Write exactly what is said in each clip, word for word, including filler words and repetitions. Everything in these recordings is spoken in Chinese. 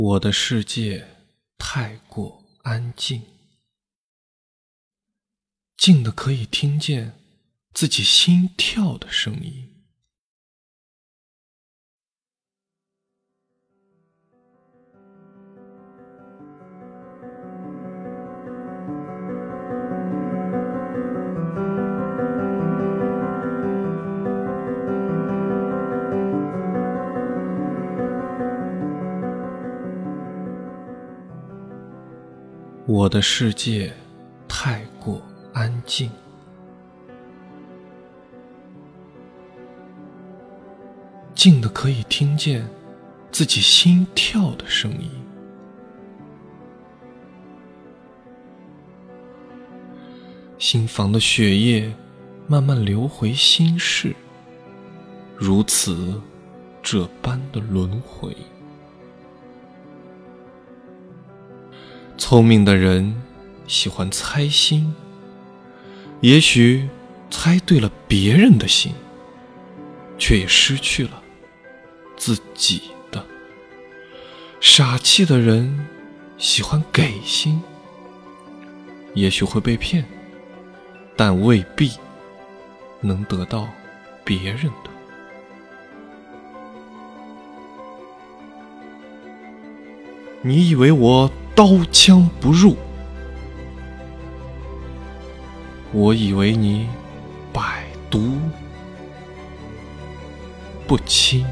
我的世界太过安静，静的可以听见自己心跳的声音。我的世界太过安静，静的可以听见自己心跳的声音。心房的血液慢慢流回心室，如此这般的轮回。聪明的人喜欢猜心，也许猜对了别人的心，却也失去了自己的。傻气的人喜欢给心，也许会被骗，但未必能得到别人的。你以为我刀枪不入，我以为你百毒不侵。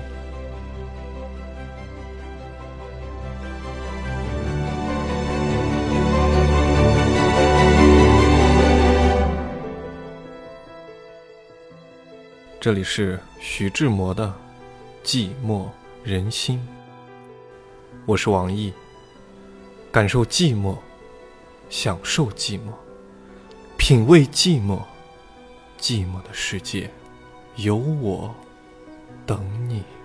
这里是徐志摩的寂寞人心，我是王毅。感受寂寞，享受寂寞，品味寂寞，寂寞的世界有我等你。